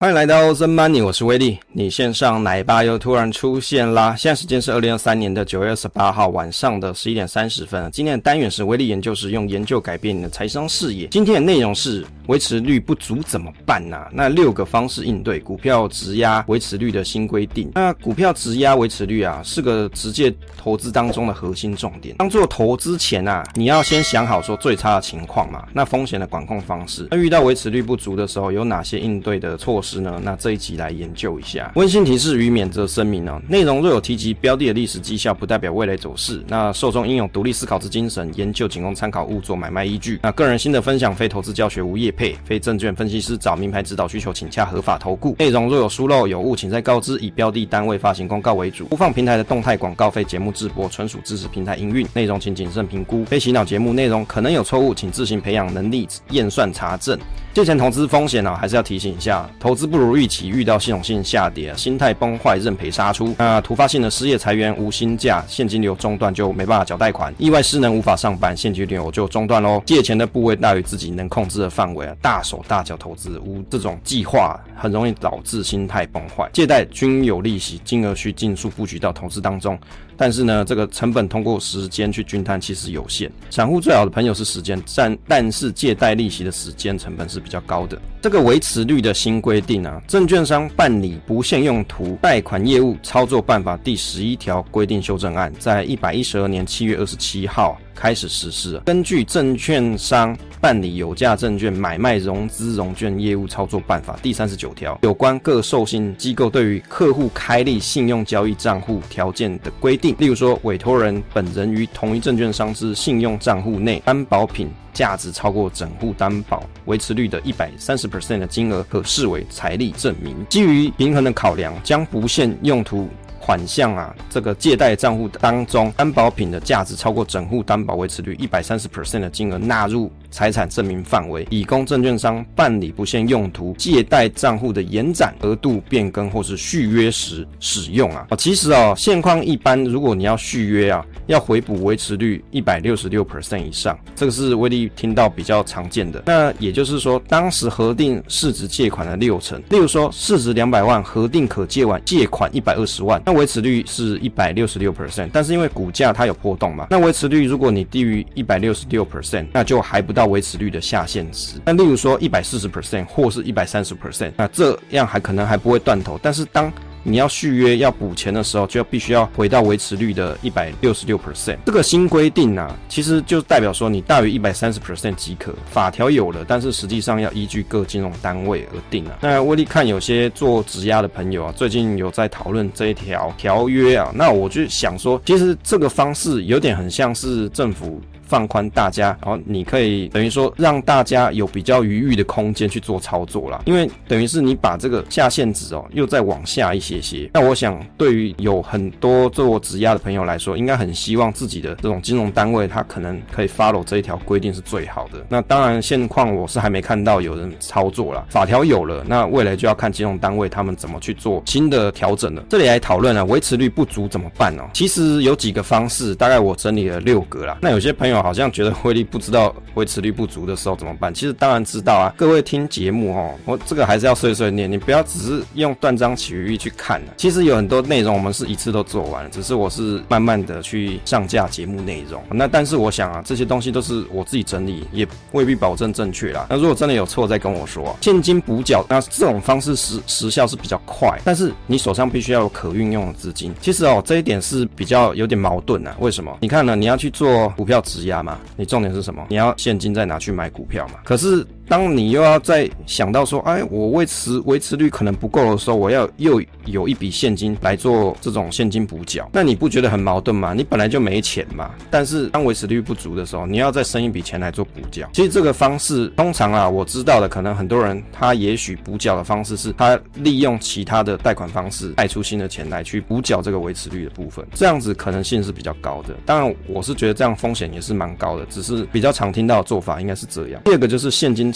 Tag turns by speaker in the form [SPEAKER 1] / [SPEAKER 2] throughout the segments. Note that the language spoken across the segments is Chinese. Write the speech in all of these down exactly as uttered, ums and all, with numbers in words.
[SPEAKER 1] 欢迎来到 The Money， 我是威利。你线上奶爸又突然出现啦！现在时间是二零二三年的九月二十八号晚上的十一点三十分。今天的单元是威利研究室，用研究改变你的财商视野。今天的内容是维持率不足怎么办啊？那六个方式应对股票质押维持率的新规定。那股票质押维持率啊，是个直接投资当中的核心重点。当做投资前啊，你要先想好说最差的情况嘛，那风险的管控方式。那遇到维持率不足的时候，有哪些应对的措施？那这一集来研究一下。温馨提示与免责声明哦，内容若有提及标的的历史绩效，不代表未来走势。那受众应有独立思考之精神，研究仅供参考，勿做买卖依据。那个人心得分享，非投资教学，无业配，非证券分析师，找名牌指导需求，请洽合法投顾。内容若有疏漏有误，请再告知，以标的单位发行公告为主。播放平台的动态广告费节目制播，纯属支持平台营运，内容请谨慎评估。非洗脑节目内容可能有错误，请自行培养能力，验算查证。借钱投资风险啊，还是要提醒一下，投资不如预期，遇到系统性下跌，心态崩坏，认赔杀出。那突发性的失业裁员，无薪假，现金流中断就没办法缴贷款，意外失能无法上班，现金流就中断咯。借钱的部位大于自己能控制的范围啊，大手大脚投资，无这种计划，很容易导致心态崩坏。借贷均有利息，金额需尽速布局到投资当中。但是呢，这个成本通过时间去均摊其实有限。散户最好的朋友是时间，但但是借贷利息的时间成本是比较高的。这个维持率的新规定啊，证券商办理不限用途贷款业务操作办法第十一条规定修正案，在一百一十二年七月二十七号开始实施。根据证券商办理有价证券买卖融资融券业务操作办法第三十九条，有关各受信机构对于客户开立信用交易账户条件的规定，例如说委托人本人于同一证券商之信用账户内担保品价值超过整户担保维持率的 百分之一百三十 的金额，可视为财力证明。基于平衡的考量，将不限用途款项啊，这个借贷账户当中担保品的价值超过整户担保维持率 百分之一百三十 的金额纳入财产证明范围，以供证券商办理不限用途借贷账户的延展、额度变更或是续约时使用啊。其实哦，现况一般，如果你要续约啊，要回补维持率 百分之一百六十六 以上，这个是威力听到比较常见的。那也就是说，当时核定市值借款的六成，例如说市值两百万，核定可借完借款一百二十万，那维持率是 百分之一百六十六， 但是因为股价它有波动嘛，那维持率如果你低于 百分之一百六十六， 那就还不到维持率的下限值。那例如说 百分之一百四十 或是 百分之一百三十， 那这样还可能还不会断头，但是当你要续约要补钱的时候，就要必须要回到维持率的 百分之一百六十六。 这个新规定啊，其实就代表说你大于 百分之一百三十 即可，法条有了，但是实际上要依据各金融单位而定啊。那威力看有些做质押的朋友啊，最近有在讨论这一条条约啊，那我就想说，其实这个方式有点很像是政府放宽大家，然后你可以等于说让大家有比较余裕的空间去做操作啦，因为等于是你把这个下限值哦又再往下一些些。那我想对于有很多做质押的朋友来说，应该很希望自己的这种金融单位它可能可以 follow 这一条规定是最好的。那当然现况我是还没看到有人操作啦，法条有了，那未来就要看金融单位他们怎么去做新的调整了。这里来讨论啊，维持率不足怎么办哦？其实有几个方式，大概我整理了六个啦。那有些朋友好像觉得威力不知道维持率不足的时候怎么办，其实当然知道啊。各位听节目哦，我这个还是要碎碎念，你不要只是用断章取义去看啊。其实有很多内容我们是一次都做完了，只是我是慢慢的去上架节目内容。那但是我想啊，这些东西都是我自己整理，也未必保证正确啦。那如果真的有错再跟我说啊。现金补缴，那这种方式时时效是比较快，但是你手上必须要有可运用的资金。其实哦，这一点是比较有点矛盾啊。为什么？你看呢，你要去做股票质押嘛，你重点是什么？你要现金再拿去买股票嘛。可是当你又要再想到说，哎，我维持维持率可能不够的时候，我要又有一笔现金来做这种现金补缴，那你不觉得很矛盾吗？你本来就没钱嘛，但是当维持率不足的时候，你要再生一笔钱来做补缴。其实这个方式通常啊，我知道的可能很多人他也许补缴的方式是他利用其他的贷款方式贷出新的钱来去补缴这个维持率的部分，这样子可能性是比较高的。当然我是觉得这样风险也是蛮高的，只是比较常听到的做法应该是这样。第二个就是现金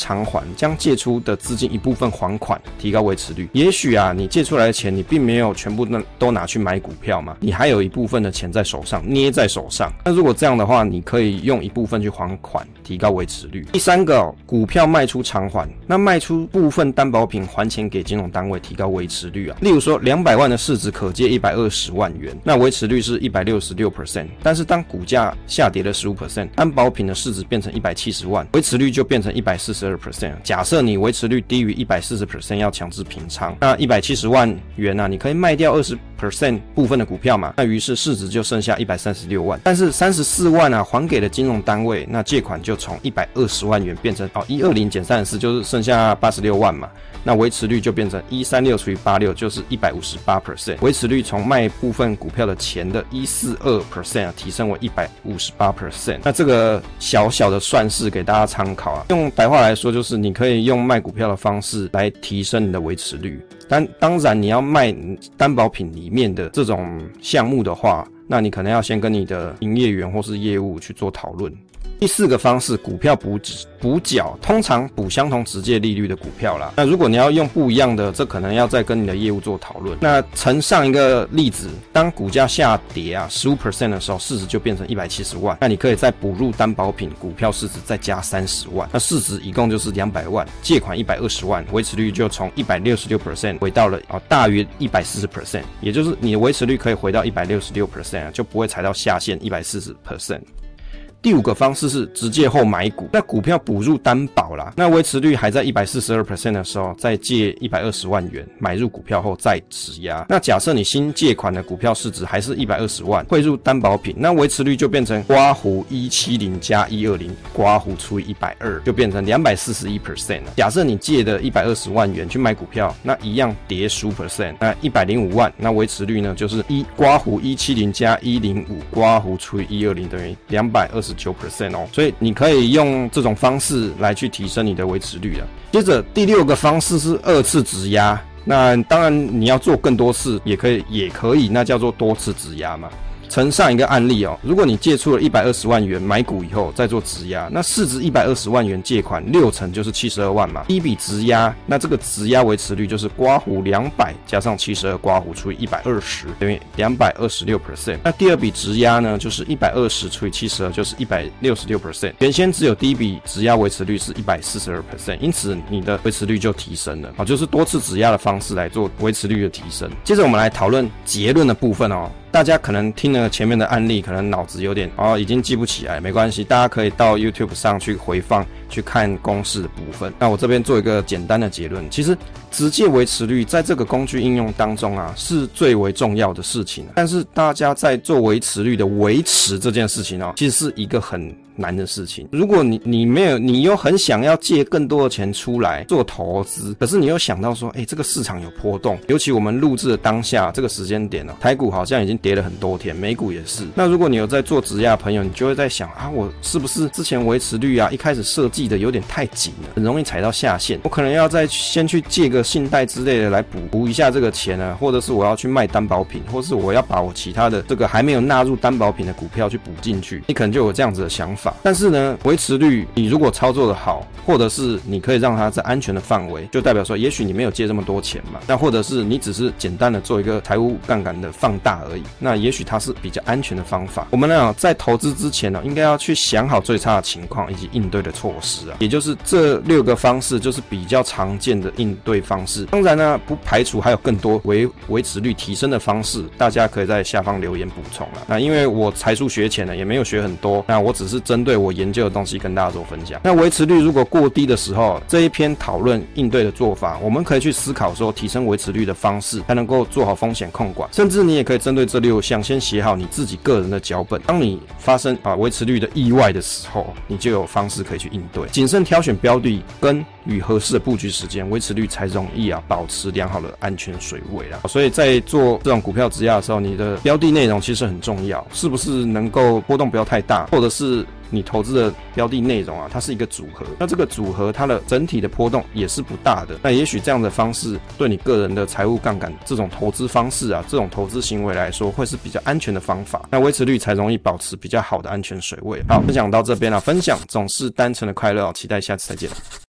[SPEAKER 1] 偿还，将借出的资金一部分还款，提高维持率。也许啊，你借出来的钱你并没有全部都拿去买股票嘛，你还有一部分的钱在手上，捏在手上。那如果这样的话，你可以用一部分去还款，提高维持率。第三个、哦，股票卖出偿还，那卖出部分担保品还钱给金融单位，提高维持率啊。例如说，两百万的市值可借一百二十万元，那维持率是 百分之一百六十六， 但是当股价下跌了 百分之十五， 担保品的市值变成一百七十万，维持率就变成 百分之一百四十二。假设你维持率低于 百分之一百四十， 要强制平仓，那一百七十万元啊，你可以卖掉 百分之二十 部分的股票嘛，那于是市值就剩下一百三十六万，但是三十四万啊还给了金融单位，那借款就从一百二十万元变成哦一百二十减三十四就是剩下八十六万嘛，那维持率就变成一百三十六除以八十六就是 百分之一百五十八， 维持率从卖部分股票的钱的 百分之一百四十二、啊、提升为 百分之一百五十八。 那这个小小的算式给大家参考啊，用白话来说就是你可以用卖股票的方式来提升你的维持率，但当然你要卖担保品里面的这种项目的话，那你可能要先跟你的营业员或是业务去做讨论。第四个方式，股票补补缴，通常补相同直接利率的股票啦。那如果你要用不一样的，这可能要再跟你的业务做讨论。那承上一个例子，当股价下跌啊 百分之十五 的时候，市值就变成一百七十万，那你可以再补入担保品股票市值再加三十万，那市值一共就是两百万，借款一百二十万，维持率就从 百分之一百六十六 回到了、哦、大约 百分之一百四十， 也就是你的维持率可以回到 百分之一百六十六、啊、就不会踩到下限 百分之一百四十。第五个方式是直接后买股，那股票补入担保啦，那维持率还在 百分之一百四十二 的时候，再借一百二十万元买入股票后再质押。那假设你新借款的股票市值还是一百二十万，汇入担保品，那维持率就变成刮胡一百七十加一百二十，刮胡除以一百二十，就变成 百分之两百四十一 了。假设你借的一百二十万元去买股票，那一样跌 百分之十五， 那一百零五万，那维持率呢就是一刮胡一百七十加一百零五，刮胡除以一百二十等于两百二十九 哦，所以你可以用这种方式来去提升你的维持率了。接着第六个方式是二次质押，那当然你要做更多次也可以，也可以，那叫做多次质押嘛。承上一个案例哦，如果你借出了一百二十万元买股以后再做质押，那市值一百二十万元借款六成就是七十二万嘛。第一笔质押，那这个质押维持率就是刮胡两百加上七十二刮胡除以一百二十等于 百分之两百二十六。 那第二笔质押呢就是一百二十除以七十二就是 一百六十六。 原先只有第一笔质押维持率是 百分之一百四十二， 因此你的维持率就提升了，好，就是多次质押的方式来做维持率的提升。接着我们来讨论结论的部分哦。大家可能听了前面的案例，可能脑子有点哦，已经记不起来，没关系，大家可以到 YouTube 上去回放，去看公式的部分。那我这边做一个简单的结论，其实直接维持率在这个工具应用当中啊，是最为重要的事情。但是大家在做维持率的维持这件事情哦，其实是一个很难的事情。如果你你没有，你又很想要借更多的钱出来做投资，可是你又想到说，哎、欸，这个市场有波动，尤其我们录制的当下这个时间点哦，台股好像已经跌了很多天，美股也是。那如果你有在做质押的朋友，你就会在想啊，我是不是之前维持率啊一开始设计的有点太紧了，很容易踩到下限，我可能要再先去借个信贷之类的来补补一下这个钱啊，或者是我要去卖担保品，或是我要把我其他的这个还没有纳入担保品的股票去补进去，你可能就有这样子的想法。但是呢，维持率你如果操作的好，或者是你可以让它在安全的范围，就代表说也许你没有借这么多钱嘛，那或者是你只是简单的做一个财务杠杆的放大而已，那也许它是比较安全的方法。我们呢在投资之前呢，应该要去想好最差的情况以及应对的措施啊，也就是这六个方式就是比较常见的应对方式。当然呢，不排除还有更多维维持率提升的方式，大家可以在下方留言补充啦。那因为我才疏学浅呢，也没有学很多，那我只是针对我研究的东西跟大家做分享。那维持率如果过低的时候，这一篇讨论应对的做法，我们可以去思考说提升维持率的方式，才能够做好风险控管。甚至你也可以针对这六项先写好你自己个人的脚本，当你发生啊维持率的意外的时候，你就有方式可以去应对。谨慎挑选标的跟与合适的布局时间，维持率才容易啊保持良好的安全水位啦。所以在做这种股票质押的时候，你的标的内容其实很重要，是不是能够波动不要太大，或者是你投资的标的内容啊，它是一个组合，那这个组合它的整体的波动也是不大的。那也许这样的方式对你个人的财务杠杆这种投资方式啊，这种投资行为来说，会是比较安全的方法。那维持率才容易保持比较好的安全水位。好，分享到这边了，分享总是单纯的快乐，期待下次再见。